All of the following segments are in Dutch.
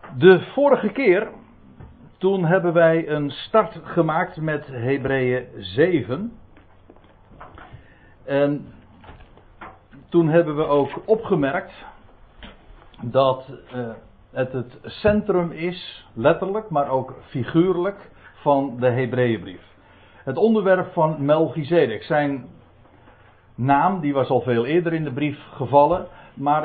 De vorige keer, toen hebben wij een start gemaakt met Hebreeën 7. En toen hebben we ook opgemerkt dat het centrum is, letterlijk, maar ook figuurlijk, van de Hebreeënbrief. Het onderwerp van Melchizedek. Zijn naam, die was al veel eerder in de brief gevallen, maar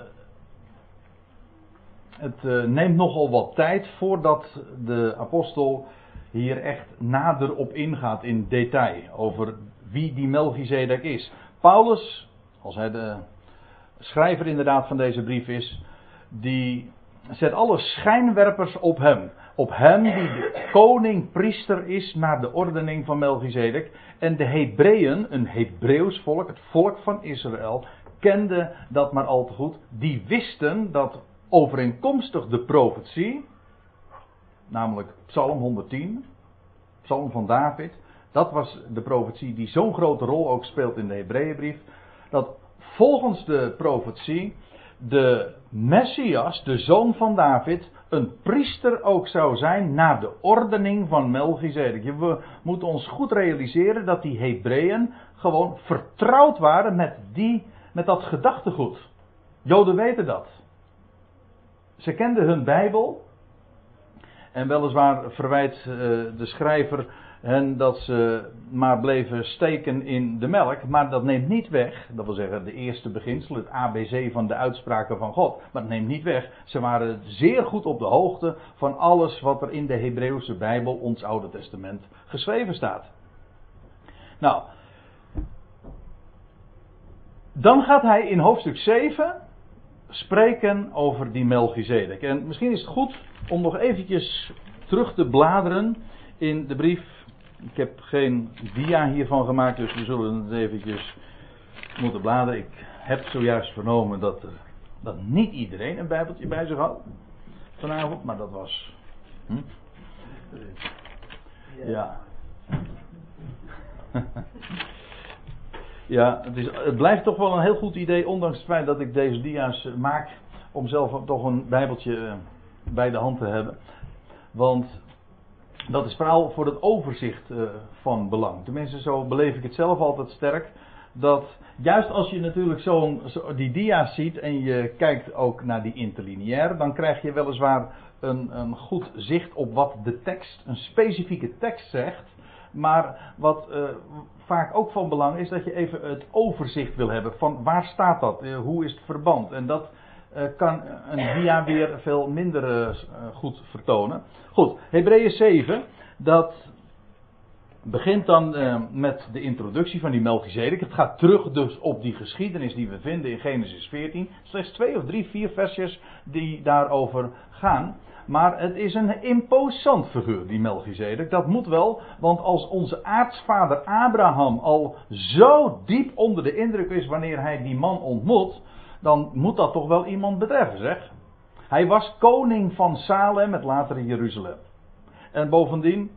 het neemt nogal wat tijd voordat de apostel hier echt nader op ingaat in detail over wie die Melchizedek is. Paulus, als hij de schrijver inderdaad van deze brief is, die zet alle schijnwerpers op hem. Op hem die de koning-priester is naar de ordening van Melchizedek. En de Hebreeën, een Hebreeuws volk, het volk van Israël, kende dat maar al te goed. Die wisten dat overeenkomstig de profetie, namelijk Psalm 110, Psalm van David, dat was de profetie die zo'n grote rol ook speelt in de Hebreeënbrief, dat volgens de profetie de Messias, de zoon van David, een priester ook zou zijn naar de ordening van Melchizedek. We moeten ons goed realiseren dat die Hebreeën gewoon vertrouwd waren met dat gedachtegoed. Joden weten dat. Ze kenden hun Bijbel. En weliswaar verwijt de schrijver hen dat ze maar bleven steken in de melk. Maar dat neemt niet weg, dat wil zeggen de eerste beginsel, het ABC van de uitspraken van God. Maar dat neemt niet weg, ze waren zeer goed op de hoogte van alles wat er in de Hebreeuwse Bijbel, ons Oude Testament, geschreven staat. Nou, dan gaat hij in hoofdstuk 7 spreken over die Melchizedek. En misschien is het goed om nog eventjes terug te bladeren in de brief. Ik heb geen dia hiervan gemaakt, dus we zullen het eventjes moeten bladeren. Ik heb zojuist vernomen dat niet iedereen een bijbeltje bij zich had vanavond, maar dat was... Ja. Ja, het blijft toch wel een heel goed idee, ondanks het feit dat ik deze dia's maak, om zelf toch een bijbeltje bij de hand te hebben. Want dat is vooral voor het overzicht van belang. Tenminste, zo beleef ik het zelf altijd sterk. Dat juist als je natuurlijk die dia's ziet en je kijkt ook naar die interlineair, dan krijg je weliswaar een goed zicht op wat de tekst, een specifieke tekst zegt. Maar wat vaak ook van belang is dat je even het overzicht wil hebben van waar staat dat, hoe is het verband. En dat kan een dia weer veel minder goed vertonen. Goed, Hebreeën 7, dat begint dan met de introductie van die Melchizedek. Het gaat terug dus op die geschiedenis die we vinden in Genesis 14. Slechts 2 of 3, 4 versjes die daarover gaan. Maar het is een imposant figuur, die Melchizedek. Dat moet wel, want als onze aartsvader Abraham al zo diep onder de indruk is wanneer hij die man ontmoet, dan moet dat toch wel iemand betreffen, zeg. Hij was koning van Salem, het latere Jeruzalem. En bovendien,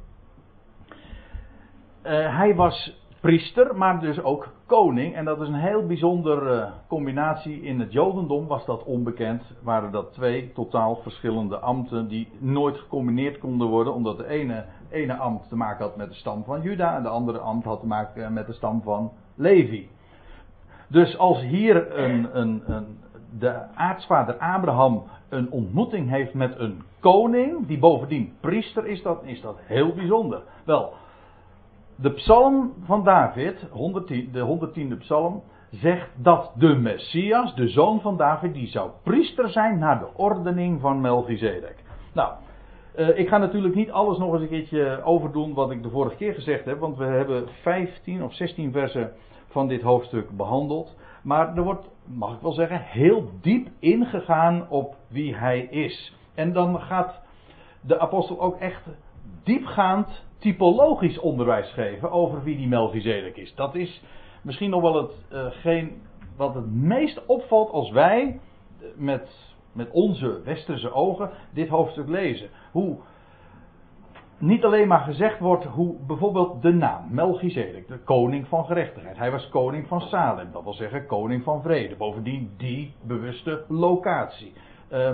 hij was priester, maar dus ook koning. En dat is een heel bijzondere combinatie. In het Jodendom was dat onbekend. Waren dat 2 totaal verschillende ambten die nooit gecombineerd konden worden. Omdat de ene ambt te maken had met de stam van Juda en de andere ambt had te maken met de stam van Levi. Dus als hier de aartsvader Abraham een ontmoeting heeft met een koning, die bovendien priester is, dan is dat heel bijzonder. Wel, de psalm van David, de 110e psalm, zegt dat de Messias, de zoon van David, die zou priester zijn naar de ordening van Melchizedek. Nou, ik ga natuurlijk niet alles nog eens een keertje overdoen wat ik de vorige keer gezegd heb, want we hebben 15 of 16 versen van dit hoofdstuk behandeld. Maar er wordt, mag ik wel zeggen, heel diep ingegaan op wie hij is. En dan gaat de apostel ook echt diepgaand typologisch onderwijs geven over wie die Melchizedek is. Dat is misschien nog wel hetgeen wat het meest opvalt als wij met onze westerse ogen dit hoofdstuk lezen. Hoe niet alleen maar gezegd wordt hoe bijvoorbeeld de naam Melchizedek, de koning van gerechtigheid. Hij was koning van Salem, dat wil zeggen koning van vrede. Bovendien die bewuste locatie.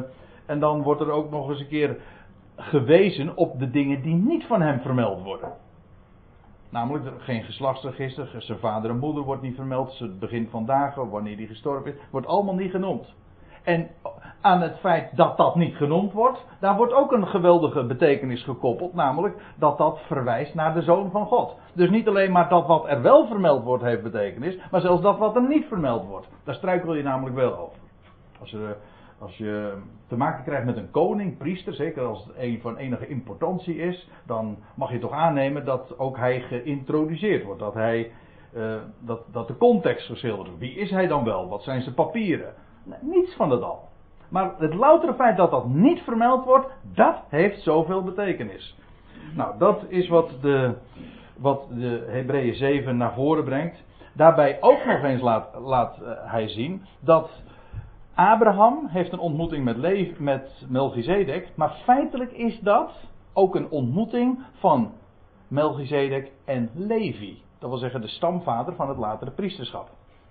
En dan wordt er ook nog eens een keer gewezen op de dingen die niet van hem vermeld worden. Namelijk geen geslachtsregister, zijn vader en moeder wordt niet vermeld, het begin van dagen, wanneer hij gestorven is, wordt allemaal niet genoemd. En aan het feit dat dat niet genoemd wordt, daar wordt ook een geweldige betekenis gekoppeld, namelijk dat dat verwijst naar de Zoon van God. Dus niet alleen maar dat wat er wel vermeld wordt heeft betekenis, maar zelfs dat wat er niet vermeld wordt. Daar struikel je namelijk wel over. Als je te maken krijgt met een koning, priester, zeker als het een van enige importantie is, dan mag je toch aannemen dat ook hij geïntroduceerd wordt. Dat de context geschilderd wordt. Wie is hij dan wel? Wat zijn zijn papieren? Nee, niets van dat al. Maar het loutere feit dat dat niet vermeld wordt, dat heeft zoveel betekenis. Nou, dat is wat de Hebreeën 7 naar voren brengt. Daarbij ook nog eens laat hij zien dat Abraham heeft een ontmoeting met Melchizedek, maar feitelijk is dat ook een ontmoeting van Melchizedek en Levi. Dat wil zeggen de stamvader van het latere priesterschap.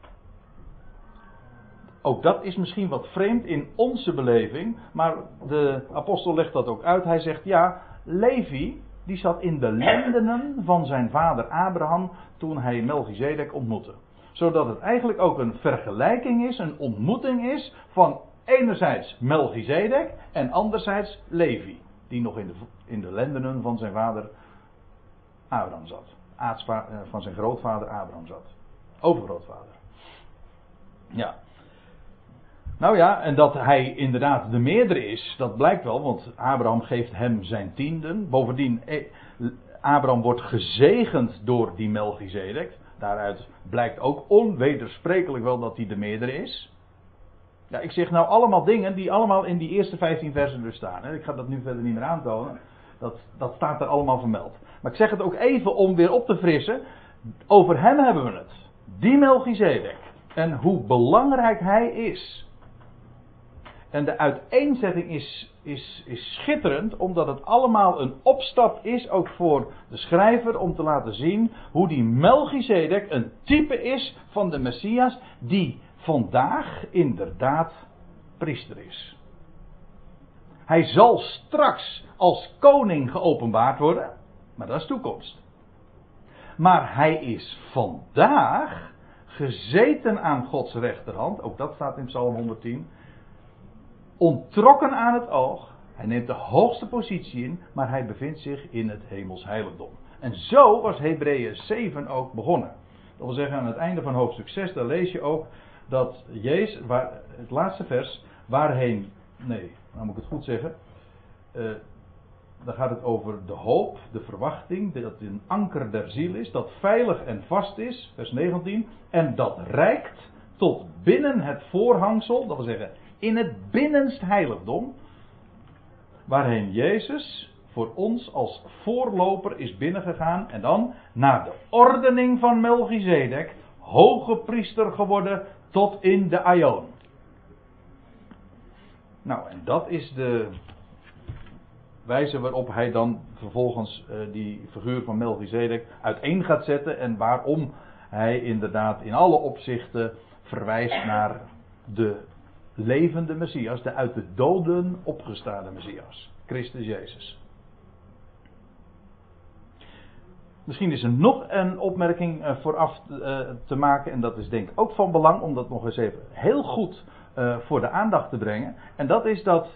Ook dat is misschien wat vreemd in onze beleving, maar de apostel legt dat ook uit. Hij zegt ja, Levi die zat in de lendenen van zijn vader Abraham toen hij Melchizedek ontmoette. Zodat het eigenlijk ook een vergelijking is, een ontmoeting is van enerzijds Melchizedek en anderzijds Levi. Die nog in de lendenen van zijn vader Abraham zat. Van zijn grootvader Abraham zat. Overgrootvader. Ja. Nou ja, en dat hij inderdaad de meerdere is, dat blijkt wel, want Abraham geeft hem zijn tienden. Bovendien, Abraham wordt gezegend door die Melchizedek. Daaruit blijkt ook onwedersprekelijk wel dat hij de meerdere is. Ja, ik zeg nou allemaal dingen die allemaal in die eerste 15 versen dus staan. Hè. Ik ga dat nu verder niet meer aantonen. Dat staat er allemaal vermeld. Maar ik zeg het ook even om weer op te frissen. Over hem hebben we het. Die Melchizedek. En hoe belangrijk hij is. En de uiteenzetting is schitterend, omdat het allemaal een opstap is, ook voor de schrijver, om te laten zien hoe die Melchizedek een type is van de Messias, die vandaag inderdaad priester is. Hij zal straks als koning geopenbaard worden, maar dat is toekomst. Maar hij is vandaag gezeten aan Gods rechterhand, ook dat staat in Psalm 110... ontrokken aan het oog. Hij neemt de hoogste positie in, maar hij bevindt zich in het hemels heiligdom. En zo was Hebreeën 7 ook begonnen. Dat wil zeggen, aan het einde van hoofdstuk 6, daar lees je ook dat Jezus, het laatste vers, waarheen, nee, nou moet ik het goed zeggen. Dan gaat het over de hoop, de verwachting, dat het een anker der ziel is, dat veilig en vast is, vers 19, en dat reikt tot binnen het voorhangsel, dat wil zeggen, in het binnenst heiligdom, waarheen Jezus voor ons als voorloper is binnengegaan en dan naar de ordening van Melchizedek hoge priester geworden tot in de aion. Nou, en dat is de wijze waarop hij dan vervolgens die figuur van Melchizedek uiteen gaat zetten en waarom hij inderdaad in alle opzichten verwijst naar de levende Messias, de uit de doden opgestane Messias, Christus Jezus. Misschien is er nog een opmerking vooraf te maken, en dat is denk ik ook van belang om dat nog eens even heel goed voor de aandacht te brengen. En dat is dat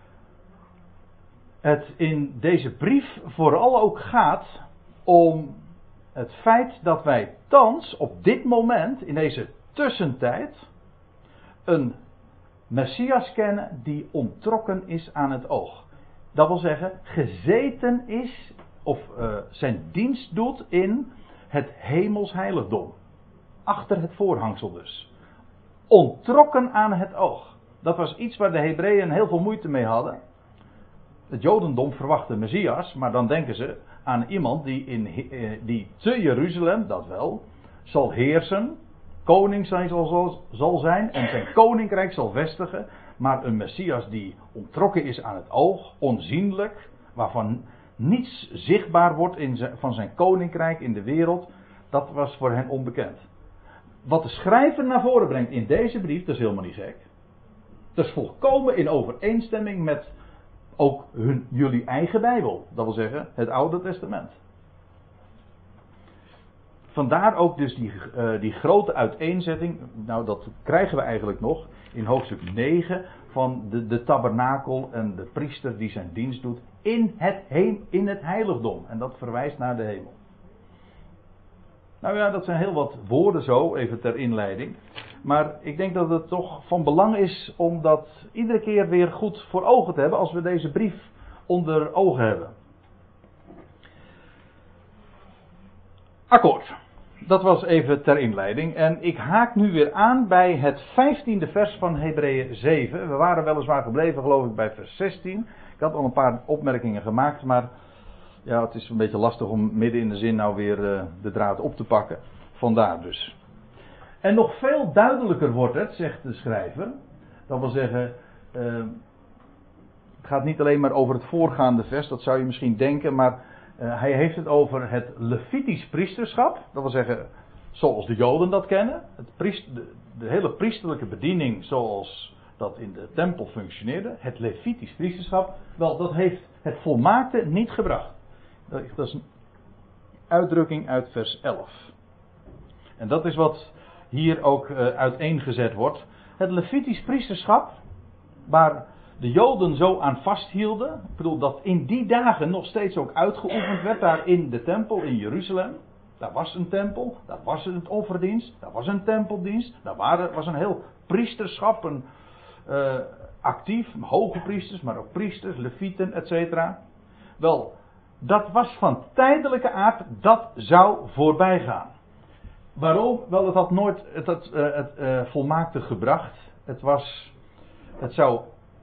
het in deze brief vooral ook gaat om het feit dat wij thans op dit moment, in deze tussentijd, een Messias kennen die ontrokken is aan het oog. Dat wil zeggen, gezeten is, of zijn dienst doet in het hemels heiligdom. Achter het voorhangsel dus. Ontrokken aan het oog. Dat was iets waar de Hebreeën heel veel moeite mee hadden. Het Jodendom verwachtte Messias, maar dan denken ze aan iemand die te Jeruzalem, dat wel, zal heersen. Koning zal zijn en zijn koninkrijk zal vestigen. Maar een Messias die ontrokken is aan het oog, onzienlijk, waarvan niets zichtbaar wordt van zijn koninkrijk in de wereld, dat was voor hen onbekend. Wat de schrijver naar voren brengt in deze brief, dat is helemaal niet gek. Dat is volkomen in overeenstemming met ook jullie eigen Bijbel. Dat wil zeggen, het Oude Testament. Vandaar ook dus die grote uiteenzetting. Nou, dat krijgen we eigenlijk nog in hoofdstuk 9 van de tabernakel en de priester die zijn dienst doet in het heiligdom. En dat verwijst naar de hemel. Nou ja, dat zijn heel wat woorden zo, even ter inleiding. Maar ik denk dat het toch van belang is om dat iedere keer weer goed voor ogen te hebben als we deze brief onder ogen hebben. Akkoord. Dat was even ter inleiding. En ik haak nu weer aan bij het 15e vers van Hebreeën 7. We waren weliswaar gebleven, geloof ik, bij vers 16. Ik had al een paar opmerkingen gemaakt, maar ja, het is een beetje lastig om midden in de zin nou weer de draad op te pakken. Vandaar dus. En nog veel duidelijker wordt het, zegt de schrijver. Dat wil zeggen, het gaat niet alleen maar over het voorgaande vers, dat zou je misschien denken, maar hij heeft het over het Levitisch priesterschap. Dat wil zeggen, zoals de Joden dat kennen. De hele priesterlijke bediening zoals dat in de tempel functioneerde. Het Levitisch priesterschap. Wel, dat heeft het volmaakte niet gebracht. Dat is een uitdrukking uit vers 11. En dat is wat hier ook uiteengezet wordt. Het Levitisch priesterschap, waar de Joden zo aan vasthielden. Ik bedoel, dat in die dagen nog steeds ook uitgeoefend werd daar in de tempel in Jeruzalem. Daar was een tempel, daar was het offerdienst, daar was een tempeldienst. Daar was een heel priesterschap, actief, hoge priesters, maar ook priesters, levieten, etc. Wel, dat was van tijdelijke aard, dat zou voorbij gaan. Waarom? Wel, het had nooit het volmaakte gebracht. Het zou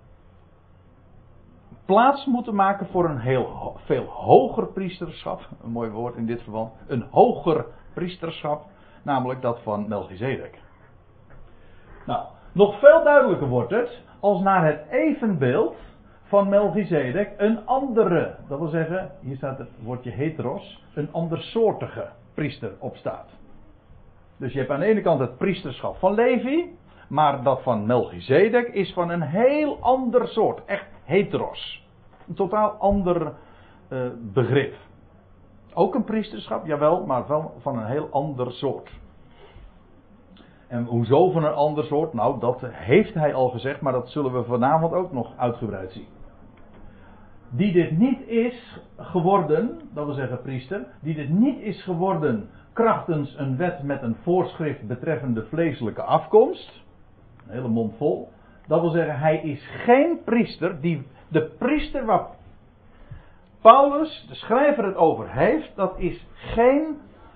plaats moeten maken voor een heel veel hoger priesterschap. Een mooi woord in dit verband. Een hoger priesterschap. Namelijk dat van Melchizedek. Nou, nog veel duidelijker wordt het als naar het evenbeeld van Melchizedek een andere. Dat wil zeggen, hier staat het woordje heteros. Een andersoortige priester opstaat. Dus je hebt aan de ene kant het priesterschap van Levi. Maar dat van Melchizedek is van een heel ander soort. Echt heteros. Een totaal ander begrip. Ook een priesterschap, jawel, maar wel van een heel ander soort. En hoezo van een ander soort? Nou, dat heeft hij al gezegd, maar dat zullen we vanavond ook nog uitgebreid zien. Die dit niet is geworden, dat wil zeggen priester, die dit niet is geworden krachtens een wet met een voorschrift betreffende vleeselijke afkomst. Een hele mond vol. Dat wil zeggen, hij is geen priester. De priester waar Paulus, de schrijver, het over heeft, dat is geen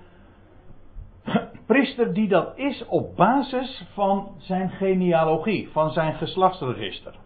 priester die dat is op basis van zijn genealogie, van zijn geslachtsregister.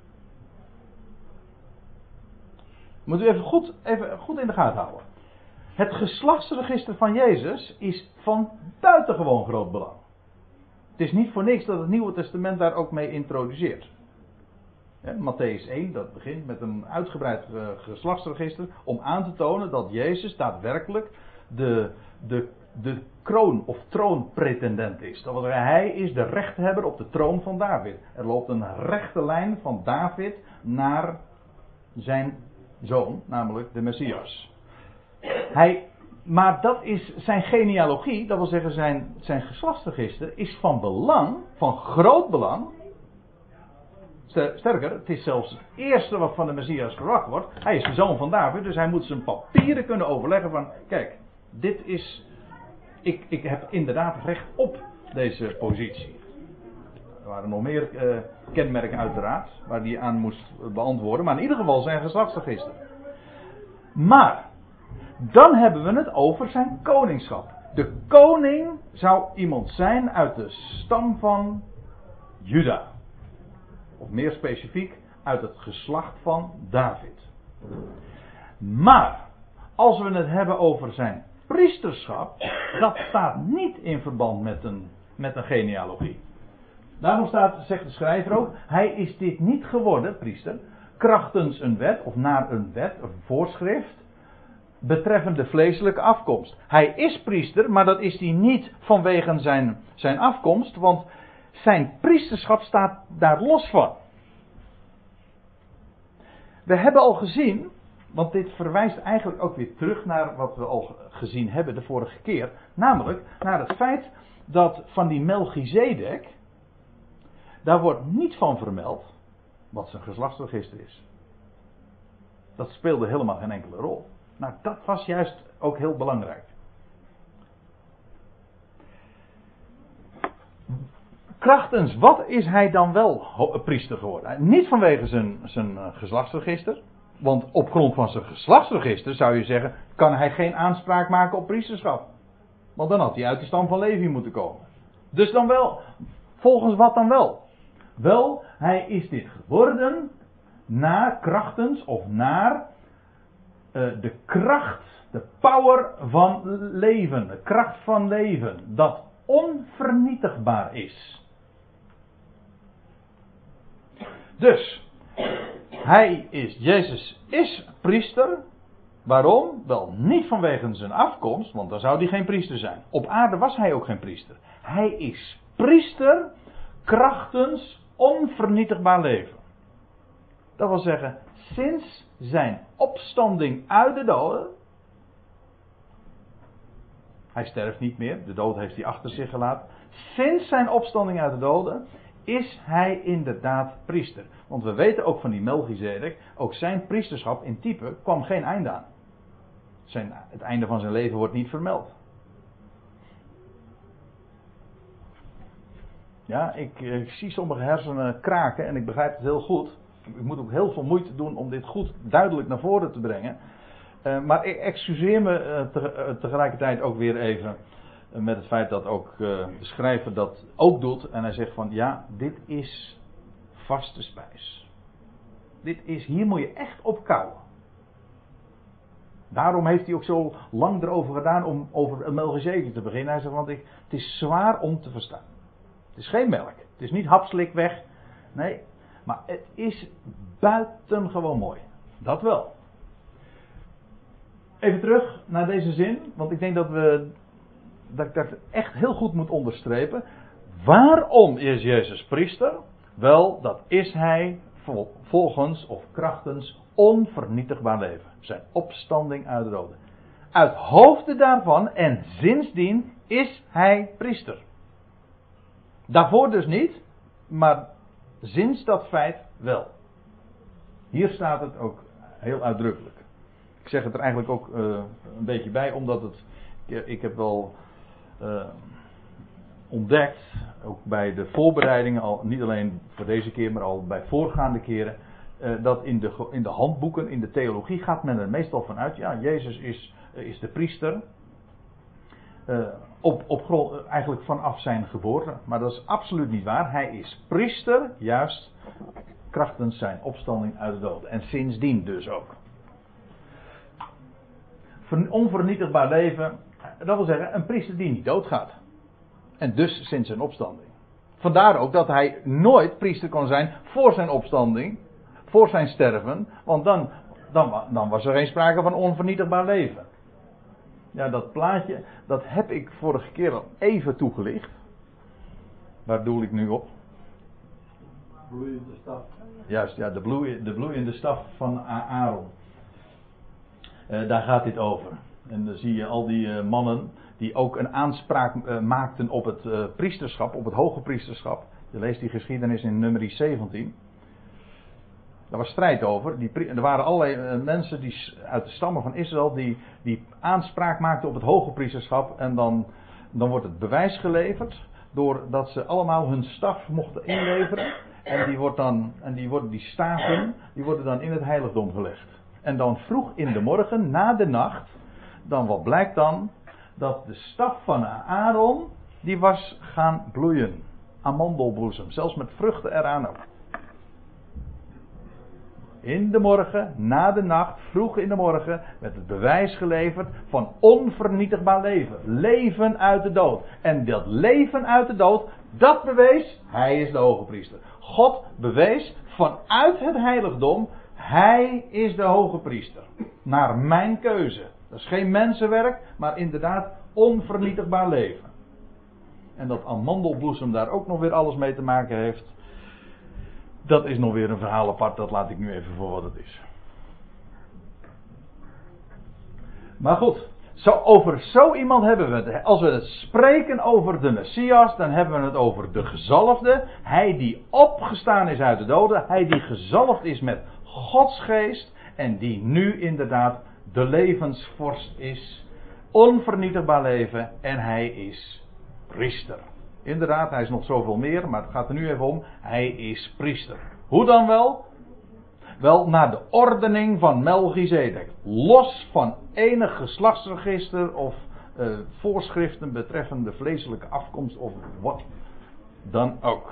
Moet u even goed in de gaten houden. Het geslachtsregister van Jezus is van buitengewoon groot belang. Het is niet voor niks dat het Nieuwe Testament daar ook mee introduceert. Mattheüs 1, dat begint met een uitgebreid geslachtsregister om aan te tonen dat Jezus daadwerkelijk de kroon of troonpretendent is. Dat wil zeggen, hij is de rechthebber op de troon van David. Er loopt een rechte lijn van David naar zijn zoon, namelijk de Messias. Maar dat is zijn genealogie, dat wil zeggen zijn geslachtsregister, is van belang, van groot belang. Sterker, het is zelfs het eerste wat van de Messias verwacht wordt. Hij is de zoon van David, dus hij moet zijn papieren kunnen overleggen van, kijk, dit is, ik heb inderdaad recht op deze positie. Er waren nog meer kenmerken uiteraard, waar hij aan moest beantwoorden, maar in ieder geval zijn geslachtsregister. Maar dan hebben we het over zijn koningschap. De koning zou iemand zijn uit de stam van Juda. Of meer specifiek, uit het geslacht van David. Maar, als we het hebben over zijn priesterschap, dat staat niet in verband met een genealogie. Daarom zegt de schrijver ook, hij is dit niet geworden, priester, krachtens een wet, of naar een wet, een voorschrift, betreffende vleeselijke afkomst. Hij is priester, maar dat is hij niet vanwege zijn afkomst, want zijn priesterschap staat daar los van. We hebben al gezien, want dit verwijst eigenlijk ook weer terug naar wat we al gezien hebben de vorige keer. Namelijk naar het feit dat van die Melchizedek, daar wordt niet van vermeld wat zijn geslachtsregister is. Dat speelde helemaal geen enkele rol. Nou, dat was juist ook heel belangrijk. Krachtens, wat is hij dan wel priester geworden? Niet vanwege zijn geslachtsregister. Want op grond van zijn geslachtsregister zou je zeggen, kan hij geen aanspraak maken op priesterschap. Want dan had hij uit de stam van Levi moeten komen. Dus dan wel. Volgens wat dan wel? Wel, hij is dit geworden naar krachtens of naar de kracht, de power van leven. De kracht van leven. Dat onvernietigbaar is. Dus, Jezus is priester. Waarom? Wel, niet vanwege zijn afkomst, want dan zou hij geen priester zijn. Op aarde was hij ook geen priester. Hij is priester krachtens onvernietigbaar leven. Dat wil zeggen, sinds zijn opstanding uit de doden. Hij sterft niet meer, de dood heeft hij achter zich gelaten. Sinds zijn opstanding uit de doden is hij inderdaad priester. Want we weten ook van die Melchizedek, ook zijn priesterschap in type kwam geen einde aan. Het einde van zijn leven wordt niet vermeld. Ja, ik zie sommige hersenen kraken en ik begrijp het heel goed. Ik moet ook heel veel moeite doen om dit goed duidelijk naar voren te brengen. Maar ik excuseer me tegelijkertijd ook weer even met het feit dat ook de schrijver dat ook doet. En hij zegt van ja, dit is vaste spijs. Hier moet je echt op kauwen. Daarom heeft hij ook zo lang erover gedaan om over Melchizedek te beginnen. Hij zegt, want het is zwaar om te verstaan. Het is geen melk. Het is niet hapslik weg. Nee, maar het is buitengewoon mooi. Dat wel. Even terug naar deze zin. Want ik denk dat ik dat echt heel goed moet onderstrepen. Waarom is Jezus priester? Wel, dat is hij volgens of krachtens onvernietigbaar leven. Zijn opstanding uit de doden. Uit hoofde daarvan en sindsdien is hij priester. Daarvoor dus niet, maar sinds dat feit wel. Hier staat het ook heel uitdrukkelijk. Ik zeg het er eigenlijk ook een beetje bij, omdat ik heb wel ontdekt, ook bij de voorbereidingen, al niet alleen voor deze keer, maar al bij voorgaande keren, dat in de handboeken, in de theologie gaat men er meestal vanuit, ja, Jezus is de priester. Op grond, eigenlijk vanaf zijn geboorte. Maar dat is absoluut niet waar. Hij is priester, juist krachtens zijn opstanding uit de doden. En sindsdien dus ook. Onvernietigbaar leven, dat wil zeggen een priester die niet doodgaat. En dus sinds zijn opstanding. Vandaar ook dat hij nooit priester kon zijn voor zijn opstanding, voor zijn sterven. Want dan was er geen sprake van onvernietigbaar leven. Ja, dat plaatje, dat heb ik vorige keer al even toegelicht. Waar doel ik nu op? Bloeiende staf. Juist, ja, de bloeiende staf van Aaron. Daar gaat dit over. En dan zie je al die mannen die ook een aanspraak maakten op het priesterschap, op het hoge priesterschap. Je leest die geschiedenis in Numeri 17. Daar was strijd over. Er waren allerlei mensen die uit de stammen van Israël die aanspraak maakten op het hoge priesterschap. En dan wordt het bewijs geleverd doordat ze allemaal hun staf mochten inleveren. En die staven worden dan in het heiligdom gelegd. En dan vroeg in de morgen, na de nacht, dan wat blijkt dan? Dat de staf van Aaron, die was gaan bloeien. Amandelbloesem, zelfs met vruchten eraan ook. In de morgen, na de nacht, vroeg in de morgen, werd het bewijs geleverd van onvernietigbaar leven. Leven uit de dood. En dat leven uit de dood, dat bewees, hij is de hoge priester. God bewees vanuit het heiligdom, hij is de hoge priester. Naar mijn keuze. Dat is geen mensenwerk, maar inderdaad onvernietigbaar leven. En dat amandelbloesem daar ook nog weer alles mee te maken heeft. Dat is nog weer een verhaal apart, dat laat ik nu even voor wat het is. Maar goed, over zo iemand hebben we het. Als we het spreken over de Messias, dan hebben we het over de gezalfde. Hij die opgestaan is uit de doden. Hij die gezalfd is met Gods geest. En die nu inderdaad de levensvorst is. Onvernietigbaar leven. En hij is priester. Inderdaad, hij is nog zoveel meer. Maar het gaat er nu even om. Hij is priester. Hoe dan wel? Wel, naar de ordening van Melchizedek. Los van enig geslachtsregister of voorschriften betreffende vleeselijke afkomst of wat dan ook.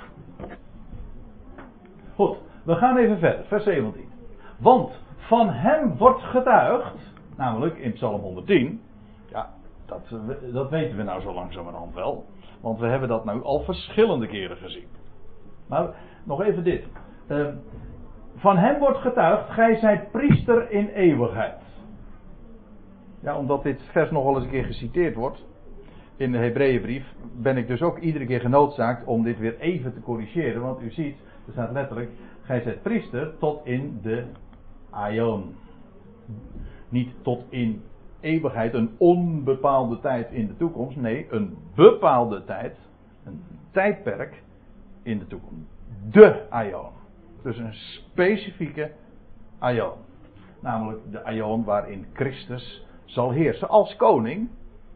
Goed, we gaan even verder. Vers 17. Want van hem wordt getuigd, namelijk in Psalm 110. Ja, dat weten we nou zo langzamerhand wel. Want we hebben dat nu al verschillende keren gezien. Maar nog even dit. Van hem wordt getuigd, gij zijt priester in eeuwigheid. Ja, omdat dit vers nog wel eens een keer geciteerd wordt in de Hebreeënbrief, ben ik dus ook iedere keer genoodzaakt om dit weer even te corrigeren. Want u ziet, er staat letterlijk, gij zijt priester tot in de aion. Niet tot in eeuwigheid, een onbepaalde tijd in de toekomst. Nee, een bepaalde tijd, een tijdperk in de toekomst. De aion. Dus een specifieke aion. Namelijk de aion waarin Christus zal heersen als koning.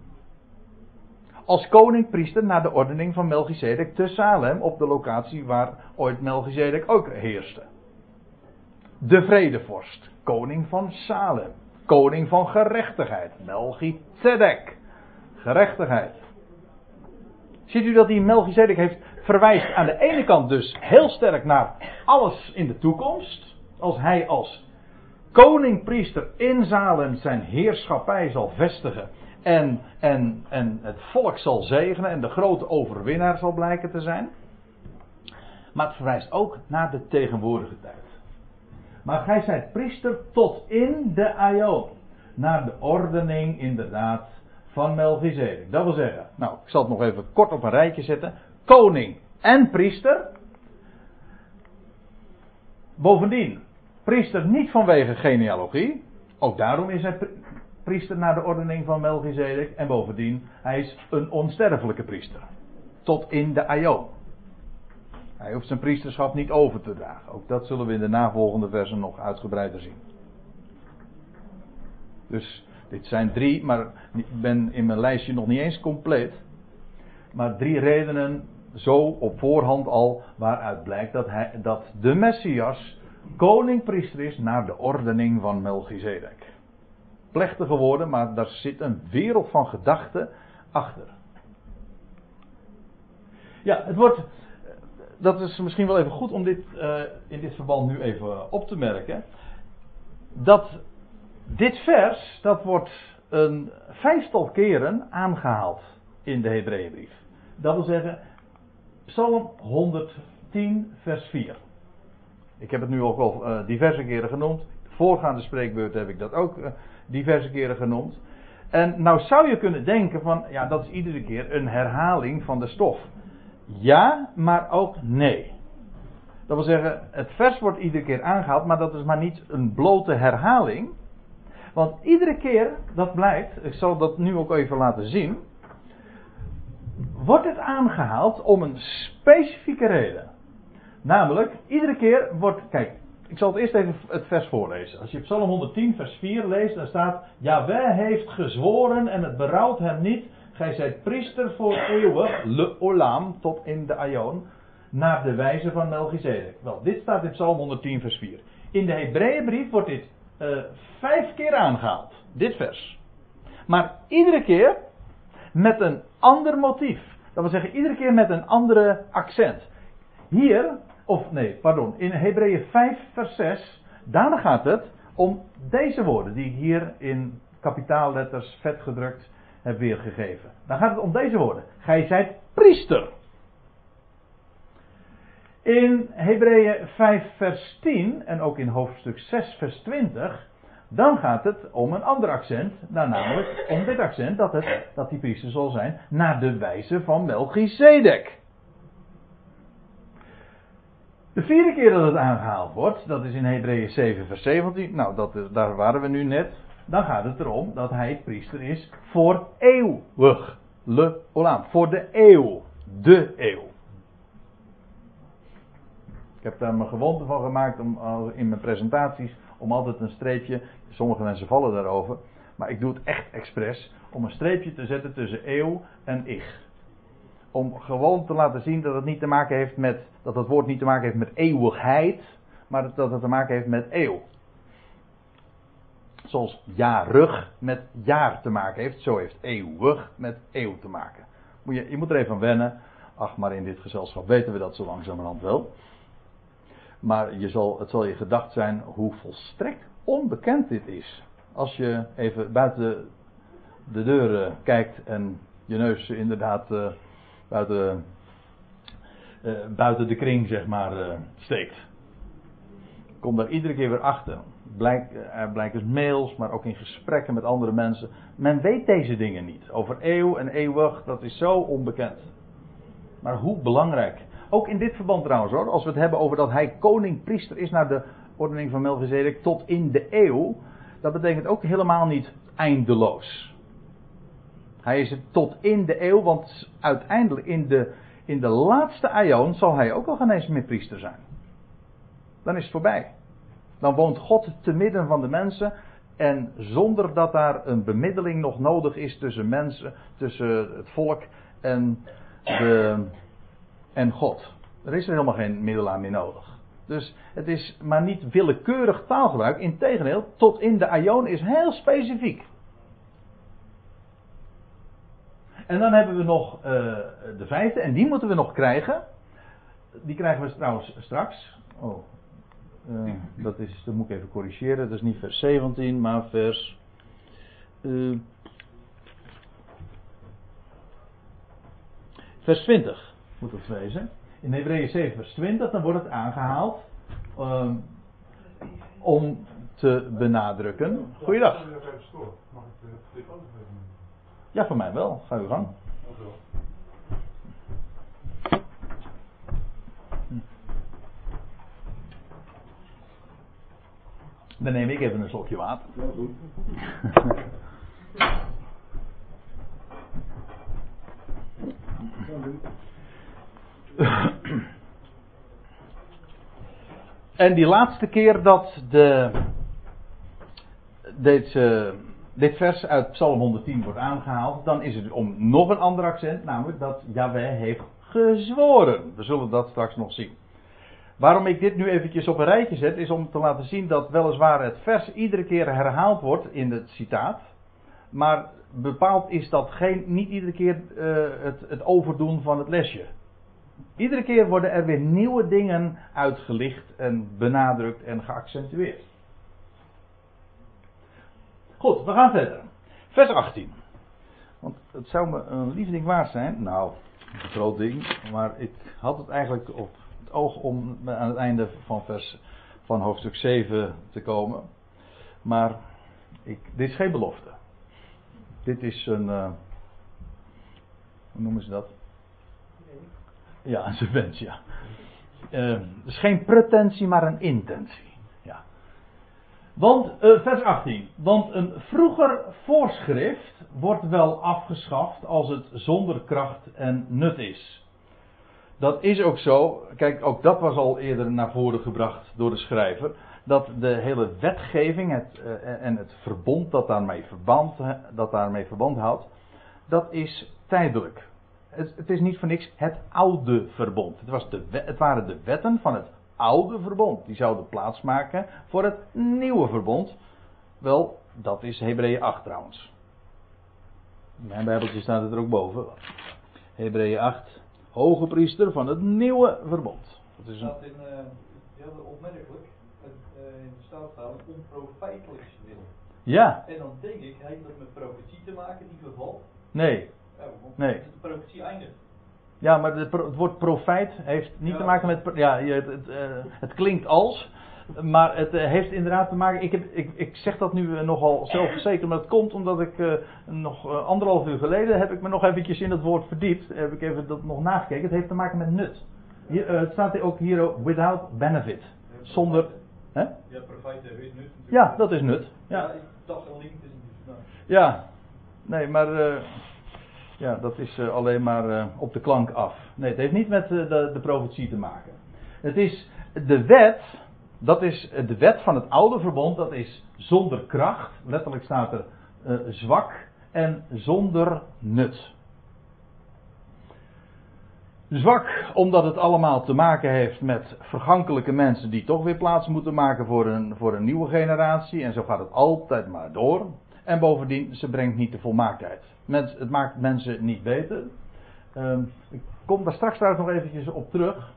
Als koning-priester naar de ordening van Melchizedek te Salem. Op de locatie waar ooit Melchizedek ook heerste. De vredevorst. Koning van Salem. Koning van gerechtigheid. Melchizedek. Gerechtigheid. Ziet u dat die Melchizedek heeft verwijst aan de ene kant dus heel sterk naar alles in de toekomst. Als hij als koning-priester in Salem zijn heerschappij zal vestigen. En het volk zal zegenen en de grote overwinnaar zal blijken te zijn. Maar het verwijst ook naar de tegenwoordige tijd. Maar gij zijt priester tot in de aion. Naar de ordening inderdaad van Melchizedek. Dat wil zeggen, nou ik zal het nog even kort op een rijtje zetten. Koning en priester. Bovendien, priester niet vanwege genealogie. Ook daarom is hij priester naar de ordening van Melchizedek. En bovendien, hij is een onsterfelijke priester. Tot in de aion. Hij hoeft zijn priesterschap niet over te dragen. Ook dat zullen we in de navolgende versen nog uitgebreider zien. Dus dit zijn 3, maar ik ben in mijn lijstje nog niet eens compleet. Maar 3 redenen, zo op voorhand al, waaruit blijkt dat de Messias koning-priester is naar de ordening van Melchizedek. Plechtige woorden, maar daar zit een wereld van gedachten achter. Ja, het wordt... Dat is misschien wel even goed om dit in dit verband nu even op te merken. Dat dit vers, dat wordt een 5-tal keren aangehaald in de Hebreeënbrief. Dat wil zeggen, Psalm 110 vers 4. Ik heb het nu ook al diverse keren genoemd. De voorgaande spreekbeurt heb ik dat ook diverse keren genoemd. En nou zou je kunnen denken van, ja, dat is iedere keer een herhaling van de stof. Ja, maar ook nee. Dat wil zeggen, het vers wordt iedere keer aangehaald, maar dat is maar niet een blote herhaling. Want iedere keer, dat blijkt, ik zal dat nu ook even laten zien, wordt het aangehaald om een specifieke reden. Namelijk, iedere keer wordt, kijk, ik zal het eerst even het vers voorlezen. Als je Psalm 110 vers 4 leest, dan staat, Jahweh heeft gezworen en het berouwt hem niet. Gij zijt priester voor eeuwig, le olam, tot in de aion, naar de wijze van Melchizedek. Wel, dit staat in Psalm 110 vers 4. In de Hebreeënbrief wordt dit 5 keer aangehaald, dit vers. Maar iedere keer met een ander motief. Dat wil zeggen, iedere keer met een andere accent. Hier, in Hebreeën 5 vers 6, daar gaat het om deze woorden die ik hier in kapitaalletters vet gedrukt heb weergegeven. Dan gaat het om deze woorden. Gij zijt priester. In Hebreeën 5 vers 10 en ook in hoofdstuk 6 vers 20, dan gaat het om een ander accent, namelijk om dit accent dat die priester zal zijn naar de wijze van Melchizedek. De 4e keer dat het aangehaald wordt, dat is in Hebreeën 7 vers 17, daar waren we nu net. dan gaat het erom dat hij priester is voor eeuwig. Le olam, voor de eeuw. De eeuw. Ik heb daar mijn gewoonte van gemaakt om in mijn presentaties om altijd een streepje, sommige mensen vallen daarover, maar ik doe het echt expres, om een streepje te zetten tussen eeuw en ich. Om gewoon te laten zien dat het niet te maken heeft met, dat het woord niet te maken heeft met eeuwigheid, maar dat het te maken heeft met eeuw. Zoals jarig met jaar te maken heeft, zo heeft eeuwig met eeuw te maken. Je moet er even aan wennen. Ach, maar in dit gezelschap weten we dat zo langzamerhand wel. Maar het zal je gedacht zijn hoe volstrekt onbekend dit is. Als je even buiten de deur kijkt en je neus inderdaad buiten de kring zeg maar steekt. Kom daar iedere keer weer achter. Er blijken mails, maar ook in gesprekken met andere mensen. Men weet deze dingen niet. Over eeuw en eeuwig, dat is zo onbekend. Maar hoe belangrijk. Ook in dit verband trouwens hoor. Als we het hebben over dat hij koning-priester is naar de ordening van Melchizedek tot in de eeuw. Dat betekent ook helemaal niet eindeloos. Hij is het tot in de eeuw, want uiteindelijk in de laatste aion zal hij ook al geen eens meer priester zijn. Dan is het voorbij. Dan woont God te midden van de mensen. En zonder dat daar een bemiddeling nog nodig is tussen mensen, tussen het volk en God. Er is er helemaal geen middelaar meer nodig. Dus het is maar niet willekeurig taalgebruik. Integendeel, tot in de aion is heel specifiek. En dan hebben we nog de vijfde. En die moeten we nog krijgen. Die krijgen we trouwens straks. Dat moet ik even corrigeren. Dat is niet vers 17, maar vers... vers 20 moet het wezen. In Hebreeën 7 vers 20, dan wordt het aangehaald om te benadrukken. Goeiedag. Ja, voor mij wel. Ga uw gang. Dan neem ik even een slokje water. Ja, goed. En die laatste keer dat dit vers uit Psalm 110 wordt aangehaald, dan is het om nog een ander accent, namelijk dat Yahweh heeft gezworen. We zullen dat straks nog zien. Waarom ik dit nu eventjes op een rijtje zet, is om te laten zien dat weliswaar het vers iedere keer herhaald wordt in het citaat. Maar bepaald is dat niet iedere keer het overdoen van het lesje. Iedere keer worden er weer nieuwe dingen uitgelicht en benadrukt en geaccentueerd. Goed, we gaan verder. Vers 18. Want het zou me een lief ding waard zijn. Nou, een groot ding. Maar ik had het eigenlijk op het oog om aan het einde van hoofdstuk 7 te komen. Maar dit is geen belofte. Dit is een... hoe noemen ze dat? Ja, een wens, ja. Het is geen pretentie, maar een intentie. Ja. Want, vers 18. Want een vroeger voorschrift wordt wel afgeschaft als het zonder kracht en nut is. Dat is ook zo. Kijk, ook dat was al eerder naar voren gebracht door de schrijver. Dat de hele wetgeving en het verbond dat daarmee verband houdt, dat is tijdelijk. Het is niet voor niks het oude verbond. Het waren de wetten van het oude verbond. Die zouden plaatsmaken voor het nieuwe verbond. Wel, dat is Hebreeën 8 trouwens. In mijn Bijbeltje staat het er ook boven. Hebreeën 8. Hoge priester van het nieuwe verbond. Dat is staat heel opmerkelijk. In de Staatstaal onprofijtelijks wil. Ja. En dan denk ik, heeft dat met profetie te maken, die vervalt? Nee. Ja, nee. De profetie eindigt. Ja, maar het woord profijt heeft niet te maken met... Ja, het klinkt als... Maar het heeft inderdaad te maken... Ik zeg dat nu nogal zelfverzekerd, maar dat komt omdat ik nog 1,5 uur geleden... heb ik me nog eventjes in het woord verdiept. Heb ik even dat nog nagekeken. Het heeft te maken met nut. Het staat ook hier without benefit. Zonder... Hè? Ja, profijt is nut. Ja, dat is nut. Ja. dat gelinkt is. Nou. Ja, nee, maar ja, dat is alleen maar op de klank af. Nee, het heeft niet met de profetie te maken. Het is de wet, dat is de wet van het oude verbond, dat is zonder kracht. Letterlijk staat er zwak en zonder nut. Zwak, omdat het allemaal te maken heeft met vergankelijke mensen die toch weer plaats moeten maken voor een nieuwe generatie. En zo gaat het altijd maar door. En bovendien, ze brengt niet de volmaaktheid. Het maakt mensen niet beter. Ik kom daar straks trouwens nog eventjes op terug.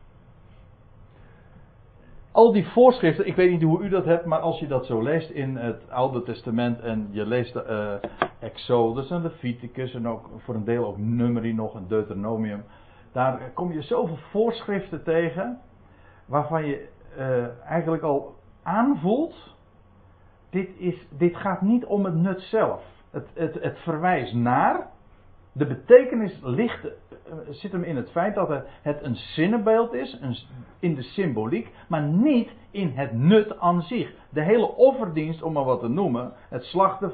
Al die voorschriften, ik weet niet hoe u dat hebt, maar als je dat zo leest in het Oude Testament en je leest Exodus en Leviticus en ook voor een deel ook Numeri nog en Deuteronomium. Daar kom je zoveel voorschriften tegen waarvan je eigenlijk al aanvoelt, dit gaat niet om het nut zelf. Het verwijst naar, de betekenis zit hem in het feit dat het een zinnebeeld is, in de symboliek, maar niet in het nut aan zich. De hele offerdienst, om maar wat te noemen, het slachten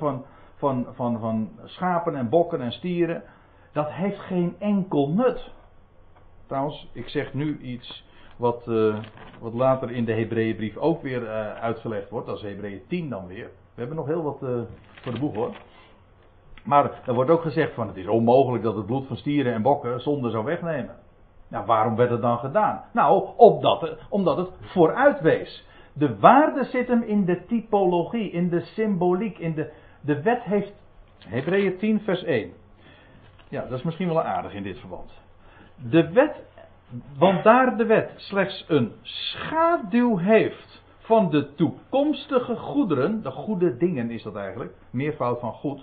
van schapen en bokken en stieren, dat heeft geen enkel nut. Trouwens, ik zeg nu iets wat later in de Hebreeënbrief ook weer uitgelegd wordt. Dat is Hebreeën 10 dan weer. We hebben nog heel wat voor de boeg hoor. Maar er wordt ook gezegd van het is onmogelijk dat het bloed van stieren en bokken zonde zou wegnemen. Nou, waarom werd het dan gedaan? Nou, omdat het vooruit wees. De waarde zit hem in de typologie, in de symboliek, de wet heeft... Hebreeën 10 vers 1. Ja, dat is misschien wel aardig in dit verband. De wet, want daar de wet slechts een schaduw heeft van de toekomstige goederen, de goede dingen is dat eigenlijk, meervoud van goed.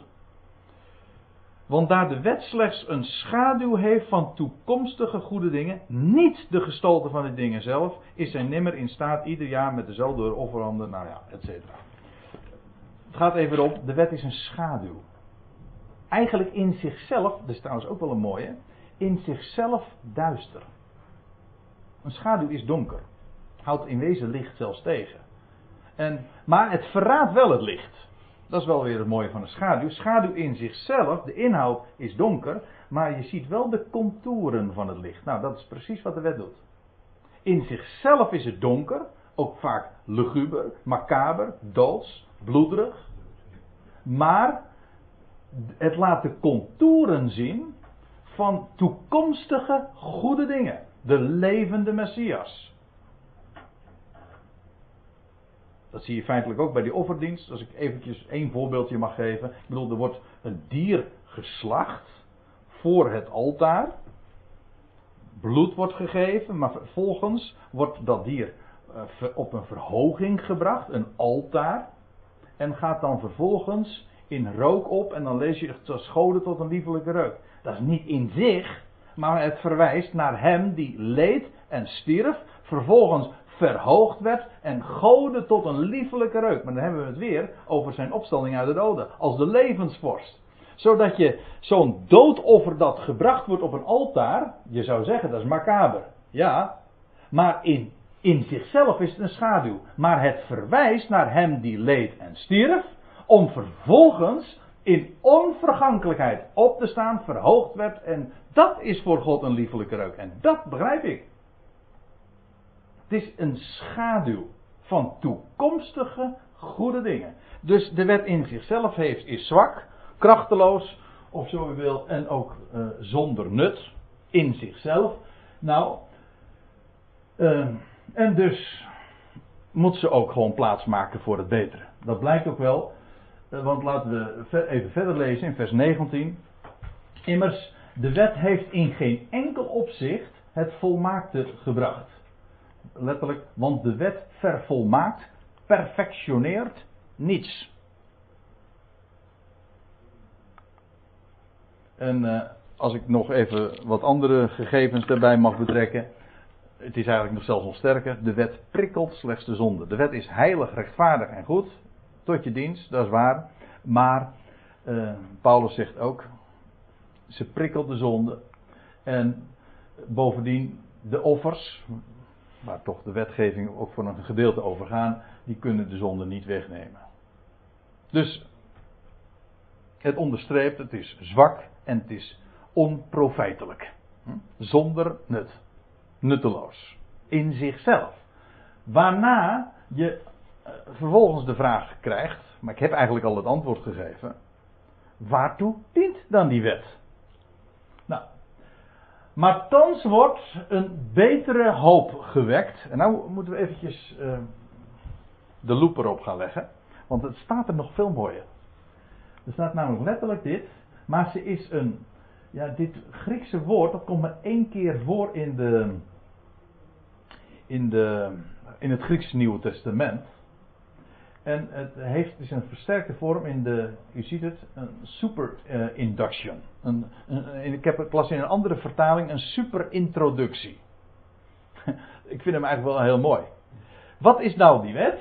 Want daar de wet slechts een schaduw heeft van toekomstige goede dingen, niet de gestalte van de dingen zelf, is zij nimmer in staat ieder jaar met dezelfde offeranden, nou ja, et cetera. Het gaat even op, de wet is een schaduw. Eigenlijk in zichzelf, dat is trouwens ook wel een mooie, in zichzelf duister. Een schaduw is donker. Houdt in wezen licht zelfs tegen. Maar het verraadt wel het licht. Dat is wel weer het mooie van een schaduw. Schaduw in zichzelf, de inhoud is donker, maar je ziet wel de contouren van het licht. Nou, dat is precies wat de wet doet. In zichzelf is het donker, ook vaak luguber, macaber, doods, bloederig. Maar het laat de contouren zien van toekomstige goede dingen. De levende Messias. Dat zie je feitelijk ook bij die offerdienst. Als ik eventjes één voorbeeldje mag geven. Ik bedoel, er wordt een dier geslacht voor het altaar. Bloed wordt gegeven, maar vervolgens wordt dat dier op een verhoging gebracht, een altaar. En gaat dan vervolgens in rook op en dan lees je het scholen tot een liefelijke reuk. Dat is niet in zich, maar het verwijst naar hem die leed en stierf, vervolgens verhoogd werd en goden tot een liefelijke reuk. Maar dan hebben we het weer over zijn opstanding uit de doden, als de levensvorst. Zodat je zo'n doodoffer dat gebracht wordt op een altaar, je zou zeggen dat is macaber. Ja, maar in zichzelf is het een schaduw. Maar het verwijst naar hem die leed en stierf, om vervolgens in onvergankelijkheid op te staan, verhoogd werd. En dat is voor God een liefelijke reuk. En dat begrijp ik. Het is een schaduw van toekomstige goede dingen. Dus de wet in zichzelf is zwak, krachteloos, of zo u wilt, en ook zonder nut in zichzelf. Nou, en dus moet ze ook gewoon plaatsmaken voor het betere. Dat blijkt ook wel, want laten we even verder lezen in vers 19. Immers, de wet heeft in geen enkel opzicht het volmaakte gebracht. Letterlijk, want de wet vervolmaakt, perfectioneert niets. En als ik nog even wat andere gegevens daarbij mag betrekken. Het is eigenlijk nog zelfs nog sterker. De wet prikkelt slechts de zonde. De wet is heilig, rechtvaardig en goed. Tot je dienst, dat is waar. Maar Paulus zegt ook, ze prikkelt de zonde. En bovendien de offers, waar toch de wetgeving ook voor een gedeelte over gaan, die kunnen de zonde niet wegnemen. Dus Het onderstreept, het is zwak en het is onprofijtelijk. Zonder nut. Nutteloos. In zichzelf. Waarna je vervolgens de vraag krijgt, maar ik heb eigenlijk al het antwoord gegeven. Waartoe dient dan die wet? Nou, maar thans wordt een betere hoop gewekt. En nou moeten we eventjes de loop erop gaan leggen. Want het staat er nog veel mooier. Er staat namelijk letterlijk dit. Maar ze is een... Ja, dit Griekse woord, dat komt maar 1 keer voor in het Griekse Nieuwe Testament. En het is een versterkte vorm in de, u ziet het, een super induction. Ik las in een andere vertaling een super introductie. Ik vind hem eigenlijk wel heel mooi. Wat is nou die wet?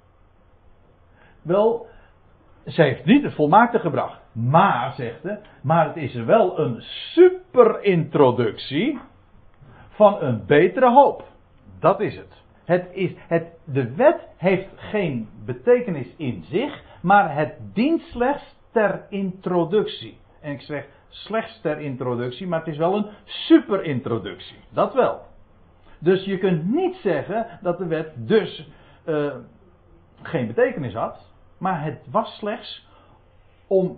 Wel, ze heeft niet het volmaakte gebracht. Maar, zegt ze, maar het is er wel een super introductie van een betere hoop. Dat is het. De wet heeft geen betekenis in zich, maar het dient slechts ter introductie. En ik zeg slechts ter introductie, maar het is wel een super introductie. Dat wel. Dus je kunt niet zeggen dat de wet dus geen betekenis had, maar het was slechts om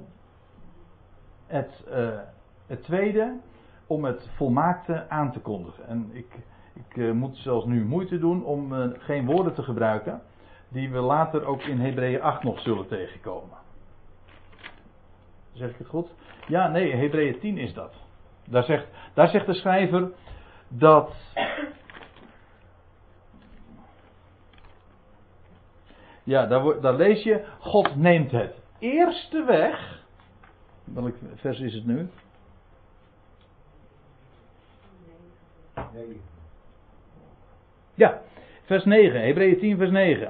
het tweede, om het volmaakte aan te kondigen. En ik moet zelfs nu moeite doen om geen woorden te gebruiken die we later ook in Hebreeën 8 nog zullen tegenkomen. Zeg ik het goed? Ja, nee, Hebreeën 10 is dat. Daar zegt de schrijver dat... Ja, daar lees je, God neemt het eerste weg. Welk vers is het nu? Ja, vers 9, Hebreeën 10 vers 9.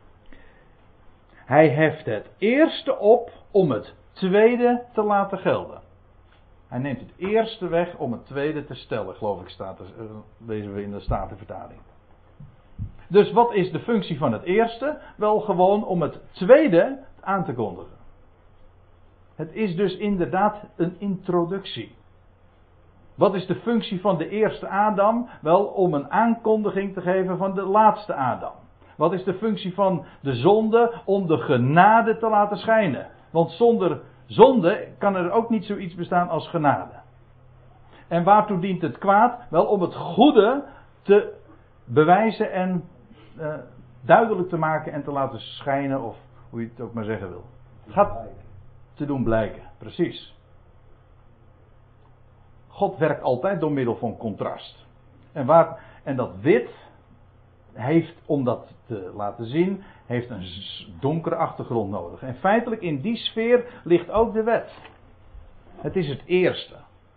Hij heft het eerste op om het tweede te laten gelden. Hij neemt het eerste weg om het tweede te stellen, geloof ik, lezen we in de Statenvertaling. Dus wat is de functie van het eerste? Wel gewoon om het tweede aan te kondigen. Het is dus inderdaad een introductie. Wat is de functie van de eerste Adam? Wel om een aankondiging te geven van de laatste Adam. Wat is de functie van de zonde? Om de genade te laten schijnen. Want zonder zonde kan er ook niet zoiets bestaan als genade. En waartoe dient het kwaad? Wel om het goede te bewijzen en duidelijk te maken en te laten schijnen, of hoe je het ook maar zeggen wil. Het gaat te doen blijken, precies. God werkt altijd door middel van contrast. En dat wit heeft, om dat te laten zien, heeft een donkere achtergrond nodig. En feitelijk in die sfeer ligt ook de wet. Het is het eerste.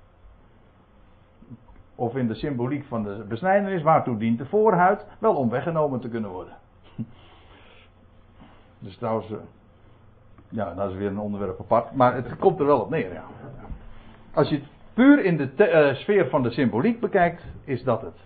Of in de symboliek van de besnijdenis, waartoe dient de voorhuid? Wel om weggenomen te kunnen worden. Dus trouwens, ja, dat is weer een onderwerp apart. Maar het komt er wel op neer, ja. Als je het puur in de sfeer van de symboliek bekijkt, is dat het.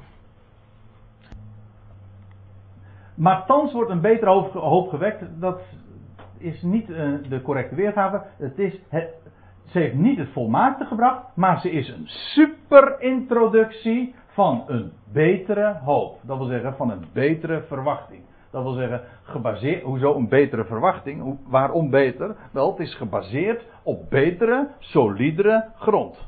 Maar thans wordt een betere hoop gewekt. Dat is niet de correcte weergave. Ze heeft niet het volmaakte gebracht, maar ze is een super introductie van een betere hoop. Dat wil zeggen van een betere verwachting. Dat wil zeggen gebaseerd, hoezo een betere verwachting? Waarom beter? Wel, het is gebaseerd op betere, solidere grond.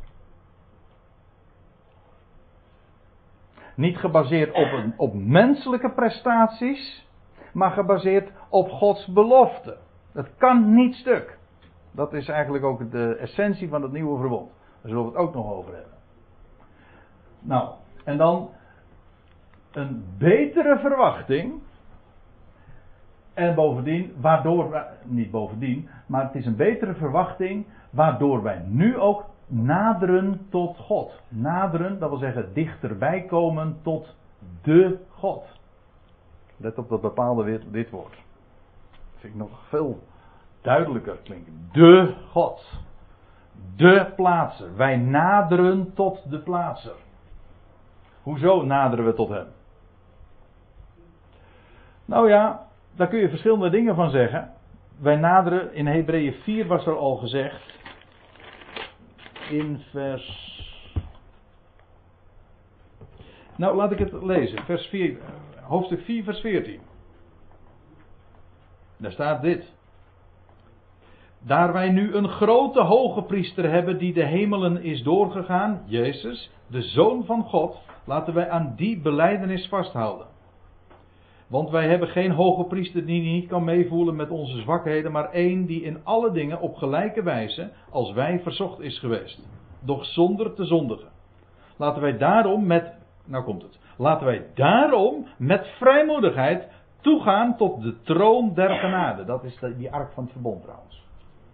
Niet gebaseerd op menselijke prestaties, maar gebaseerd op Gods belofte. Dat kan niet stuk. Dat is eigenlijk ook de essentie van het nieuwe verbond. Daar zullen we het ook nog over hebben. Nou, en dan een betere verwachting. En bovendien, maar het is een betere verwachting, waardoor wij nu ook naderen tot God. Naderen, dat wil zeggen dichterbij komen tot de God. Let op dat bepaalde lidwoord. Dat vind ik nog veel duidelijker klinken. De God. De plaatser. Wij naderen tot de plaatser. Hoezo naderen we tot hem? Nou ja, daar kun je verschillende dingen van zeggen. wij naderen, in Hebreeën 4 was er al gezegd, in nou, laat ik het lezen. Vers 4, hoofdstuk 4, vers 14. Daar staat dit. Daar wij nu een grote hoge priester hebben die de hemelen is doorgegaan, Jezus, de Zoon van God, laten wij aan die belijdenis vasthouden. Want wij hebben geen hoge priester die niet kan meevoelen met onze zwakheden, maar één die in alle dingen op gelijke wijze als wij verzocht is geweest, doch zonder te zondigen. Laten wij daarom met vrijmoedigheid toegaan tot de troon der genade. Dat is die ark van het verbond trouwens.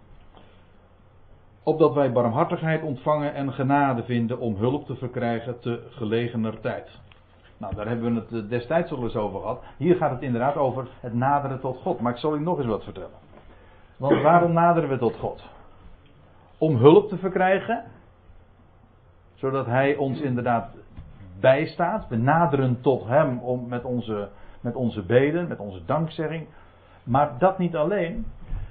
Opdat wij barmhartigheid ontvangen en genade vinden om hulp te verkrijgen te gelegener tijd. Nou, daar hebben we het destijds al eens over gehad. Hier gaat het inderdaad over het naderen tot God. Maar ik zal u nog eens wat vertellen. Want waarom naderen we tot God? Om hulp te verkrijgen. Zodat Hij ons inderdaad bijstaat. We naderen tot Hem met onze beden, met onze dankzegging. Maar dat niet alleen.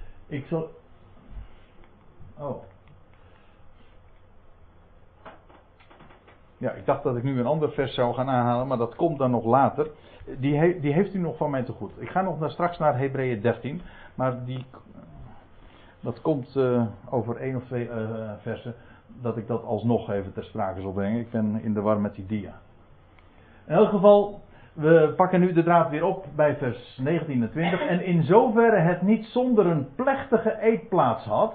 Ja, ik dacht dat ik nu een ander vers zou gaan aanhalen, maar dat komt dan nog later. Die heeft u nog van mij te goed. Ik ga nog straks naar Hebreeën 13, maar dat komt over 1 of 2 versen, dat ik dat alsnog even ter sprake zal brengen. Ik ben in de war met die dia. In elk geval, we pakken nu de draad weer op bij vers 19 en 20. En in zoverre het niet zonder een plechtige eed plaats had.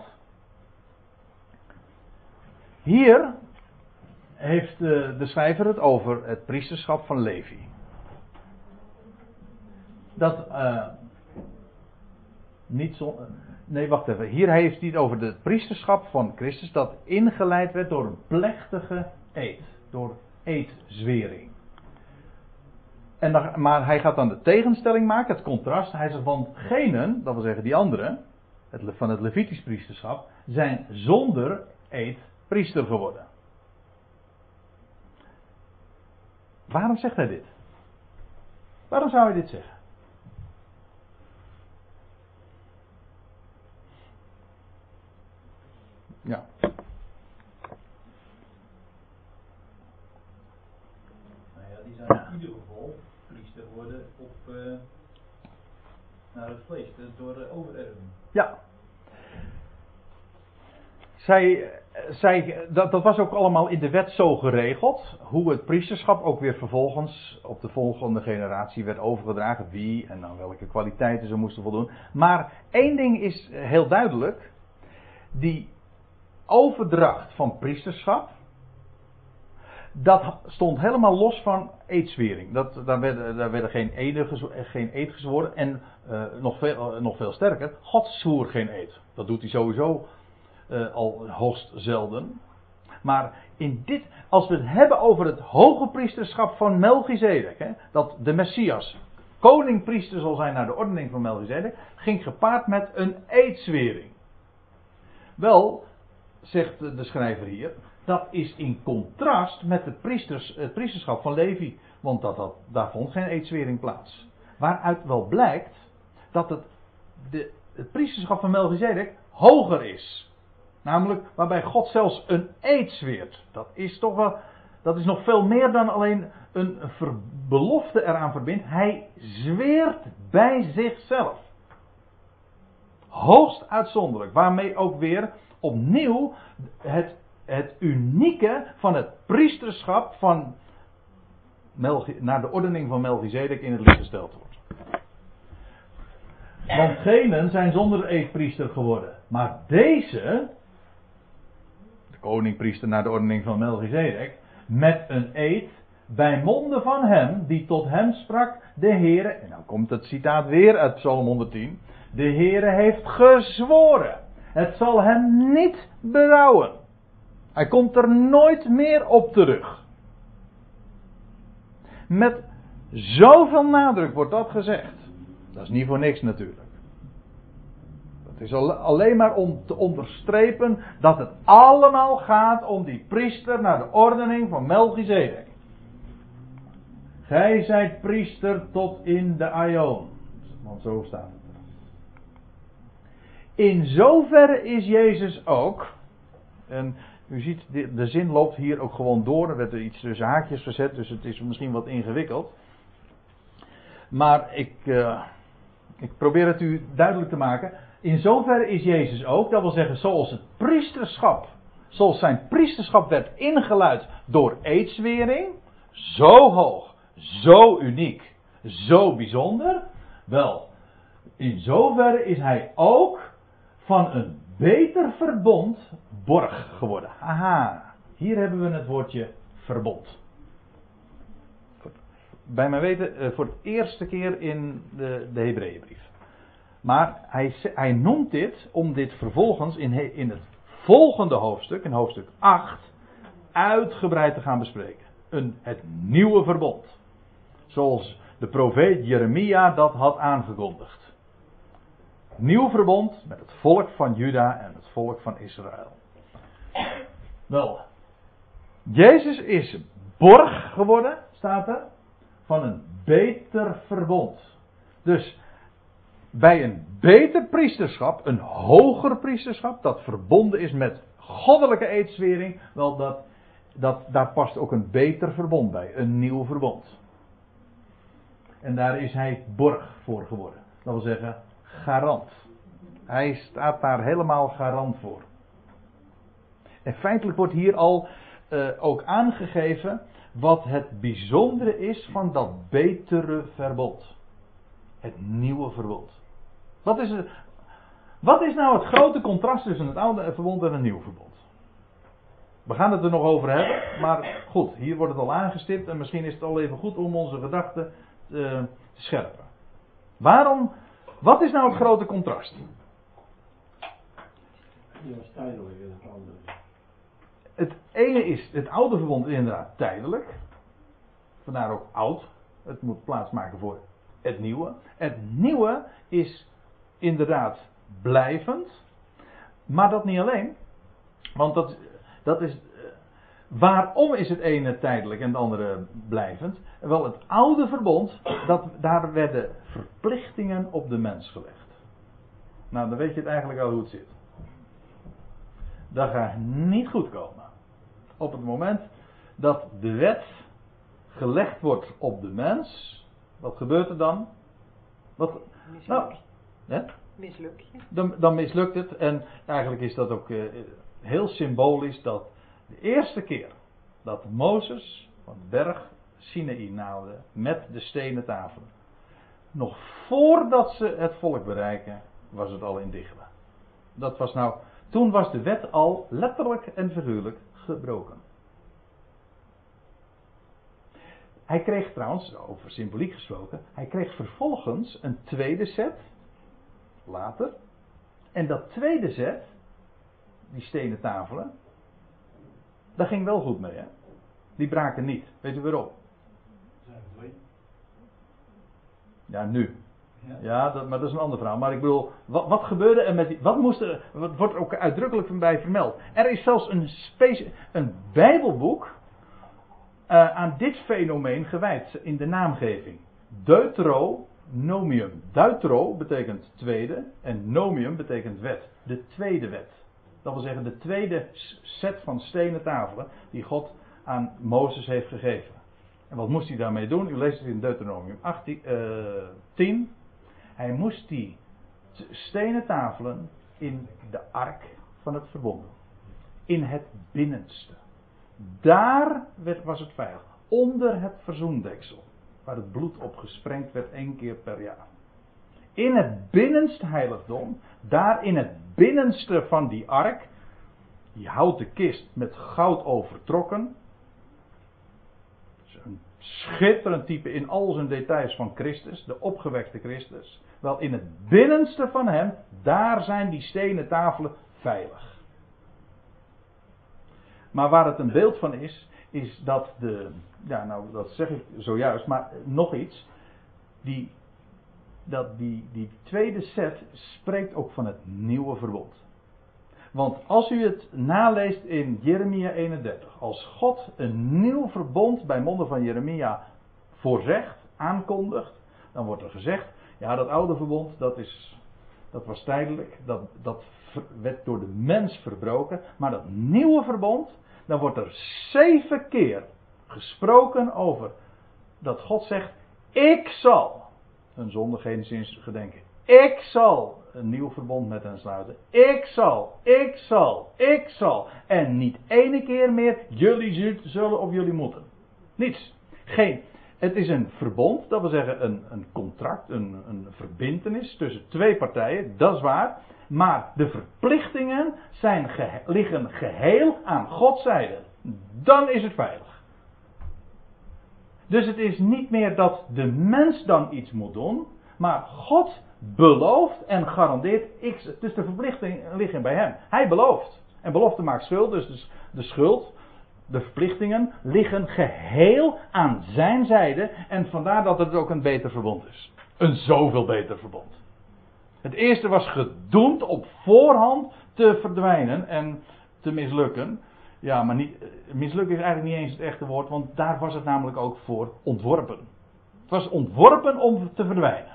Hier heeft de schrijver het over het priesterschap van Levi. Wacht even. Hier heeft hij het over het priesterschap van Christus dat ingeleid werd door een plechtige eed. Door eedzwering. Maar hij gaat dan de tegenstelling maken, het contrast. Hij zegt van genen, dat wil zeggen die anderen, van het Levitisch priesterschap, zijn zonder eed priester geworden. Waarom zegt hij dit? Waarom zou hij dit zeggen? Ja. Nou ja, die zijn in ieder geval priester worden naar het vlees, dus door overerving. Ja. Dat was ook allemaal in de wet zo geregeld. Hoe het priesterschap ook weer vervolgens op de volgende generatie werd overgedragen. Wie en aan welke kwaliteiten ze moesten voldoen. Maar één ding is heel duidelijk. Die overdracht van priesterschap. Dat stond helemaal los van eedzwering. Daar werden geen eed gezworen. En nog veel sterker. God zwoer geen eed. Dat doet hij sowieso al hoogst zelden. Maar als we het hebben over het hoge priesterschap van Melchizedek, dat de Messias koning-priester zal zijn naar de ordening van Melchizedek, ging gepaard met een eedzwering. Wel, zegt de schrijver hier, dat is in contrast met het priesterschap van Levi, want daar vond geen eedzwering plaats. Waaruit wel blijkt dat het priesterschap van Melchizedek hoger is. Namelijk waarbij God zelfs een eed zweert. Dat is nog veel meer dan alleen een belofte eraan verbindt. Hij zweert bij zichzelf. Hoogst uitzonderlijk. Waarmee ook weer opnieuw het unieke van het priesterschap van naar de ordening van Melchizedek in het licht gesteld wordt. Want genen zijn zonder eedpriester geworden. Maar deze, de koningpriester naar de ordening van Melchizedek, met een eed bij monden van hem die tot hem sprak, de Heere, en dan komt het citaat weer uit Psalm 110, de Heere heeft gezworen, het zal hem niet berouwen. Hij komt er nooit meer op terug. Met zoveel nadruk wordt dat gezegd. Dat is niet voor niks natuurlijk. Het is alleen maar om te onderstrepen dat het allemaal gaat om die priester naar de ordening van Melchizedek. Gij zijt priester tot in de aion. Want zo staat het. In zoverre is Jezus ook. En u ziet, de zin loopt hier ook gewoon door. Er werd er iets tussen haakjes gezet, dus het is misschien wat ingewikkeld. Maar ik probeer het u duidelijk te maken. In zoverre is Jezus ook, dat wil zeggen, zoals het priesterschap, zoals zijn priesterschap werd ingeluid door eedswering, zo hoog, zo uniek, zo bijzonder. Wel, in zoverre is hij ook van een beter verbond borg geworden. Haha, hier hebben we het woordje verbond. Bij mijn weten voor het eerste keer in de Hebreeënbrief. Maar hij noemt dit om dit vervolgens in het volgende hoofdstuk, in hoofdstuk 8, uitgebreid te gaan bespreken. Het nieuwe verbond. Zoals de profeet Jeremia dat had aangekondigd. Nieuw verbond met het volk van Juda en het volk van Israël. Wel, Jezus is borg geworden, staat er, van een beter verbond. Dus bij een beter priesterschap, een hoger priesterschap, dat verbonden is met goddelijke eedswering, wel daar past ook een beter verbond bij, een nieuw verbond. En daar is hij borg voor geworden. Dat wil zeggen, garant. Hij staat daar helemaal garant voor. En feitelijk wordt hier al ook aangegeven wat het bijzondere is van dat betere verbond. Het nieuwe verbond. Wat is nou het grote contrast tussen het oude verbond en het nieuwe verbond? We gaan het er nog over hebben, maar goed, hier wordt het al aangestipt en misschien is het al even goed om onze gedachten te scherpen. Wat is nou het grote contrast? Ja, is tijdelijk en het andere. Het ene is, het oude verbond is inderdaad tijdelijk. Vandaar ook oud. Het moet plaatsmaken voor het nieuwe. Het nieuwe is inderdaad blijvend. Maar dat niet alleen. Want dat is... Waarom is het ene tijdelijk en het andere blijvend? Wel, het oude verbond, daar werden verplichtingen op de mens gelegd. Nou, dan weet je het eigenlijk al hoe het zit. Dat gaat niet goed komen. Op het moment dat de wet gelegd wordt op de mens, wat gebeurt er dan? Mislukt je. Dan mislukt het. En eigenlijk is dat ook heel symbolisch dat de eerste keer dat Mozes van de berg Sinaï naderde met de stenen tafelen. Nog voordat ze het volk bereiken, was het al in diggelen. Toen was de wet al letterlijk en figuurlijk gebroken. Hij kreeg trouwens, over symboliek gesproken, hij kreeg vervolgens een tweede set, later. En dat tweede set, die stenen tafelen, daar ging wel goed mee, hè? Die braken niet. Weet u waarom? Zijn er twee? Ja, nu. Ja, maar dat is een ander verhaal. Maar ik bedoel, wat gebeurde er met die... Wat wordt er ook uitdrukkelijk bij vermeld? Er is zelfs een Bijbelboek aan dit fenomeen gewijd in de naamgeving. Deuteronomium. Deutero betekent tweede en nomium betekent wet. De tweede wet. Dat wil zeggen de tweede set van stenen tafelen die God aan Mozes heeft gegeven. En wat moest hij daarmee doen? U leest het in Deuteronomium 10. Hij moest die stenen tafelen in de ark van het verbond. In het binnenste. Daar was het veilig. Onder het verzoendeksel. Waar het bloed op gesprengd werd 1 keer per jaar. In het binnenste heiligdom. Daar in het binnenste van die ark. Die houten kist met goud overtrokken. Een schitterend type in al zijn details van Christus. De opgewekte Christus. Wel, in het binnenste van hem. Daar zijn die stenen tafelen veilig. Maar waar het een beeld van is dat dat zeg ik zojuist, maar nog iets. Die tweede set spreekt ook van het nieuwe verbond. Want als u het naleest in Jeremia 31, als God een nieuw verbond bij monden van Jeremia voorzegt, aankondigt, dan wordt er gezegd, ja, dat oude verbond, dat is Dat was tijdelijk. Dat werd door de mens verbroken. Maar dat nieuwe verbond, dan wordt er 7 keer gesproken over dat God zegt, ik zal hun zonde geenszins gedenken. Ik zal een nieuw verbond met hen sluiten. Ik zal. En niet ene keer meer, jullie zullen of jullie moeten. Niets. Het is een verbond, dat wil zeggen een contract, een verbintenis tussen 2 partijen, dat is waar. Maar de verplichtingen liggen geheel aan Gods zijde. Dan is het veilig. Dus het is niet meer dat de mens dan iets moet doen, maar God belooft en garandeert X. Dus de verplichtingen liggen bij hem. Hij belooft. En belofte maakt schuld, dus de schuld, de verplichtingen liggen geheel aan zijn zijde. En vandaar dat het ook een beter verbond is. Een zoveel beter verbond. Het eerste was gedoemd op voorhand te verdwijnen en te mislukken. Ja, maar mislukken is eigenlijk niet eens het echte woord, want daar was het namelijk ook voor ontworpen. Het was ontworpen om te verdwijnen.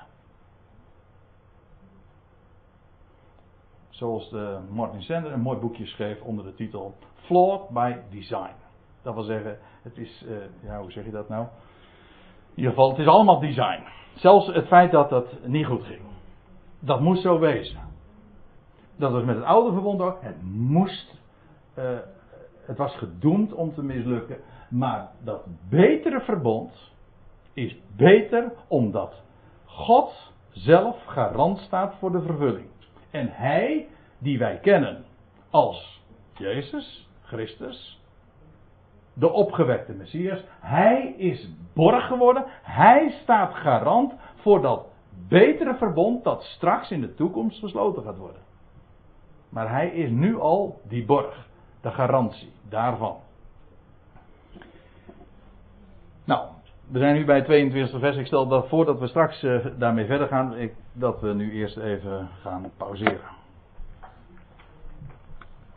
Zoals Martin Sander een mooi boekje schreef onder de titel Flawed by Design. Dat wil zeggen, het is, hoe zeg je dat nou? In ieder geval, het is allemaal design. Zelfs het feit dat dat niet goed ging. Dat moest zo wezen. Dat was met het oude verbond ook. Het was gedoemd om te mislukken. Maar dat betere verbond is beter omdat God zelf garant staat voor de vervulling. En hij, die wij kennen als Jezus, Christus, de opgewekte Messias, hij is borg geworden. Hij staat garant voor dat betere verbond dat straks in de toekomst gesloten gaat worden. Maar hij is nu al die borg, de garantie daarvan. Nou, we zijn nu bij het 22e vers. Ik stel dat voordat we straks daarmee verder gaan, dat we nu eerst even gaan pauzeren.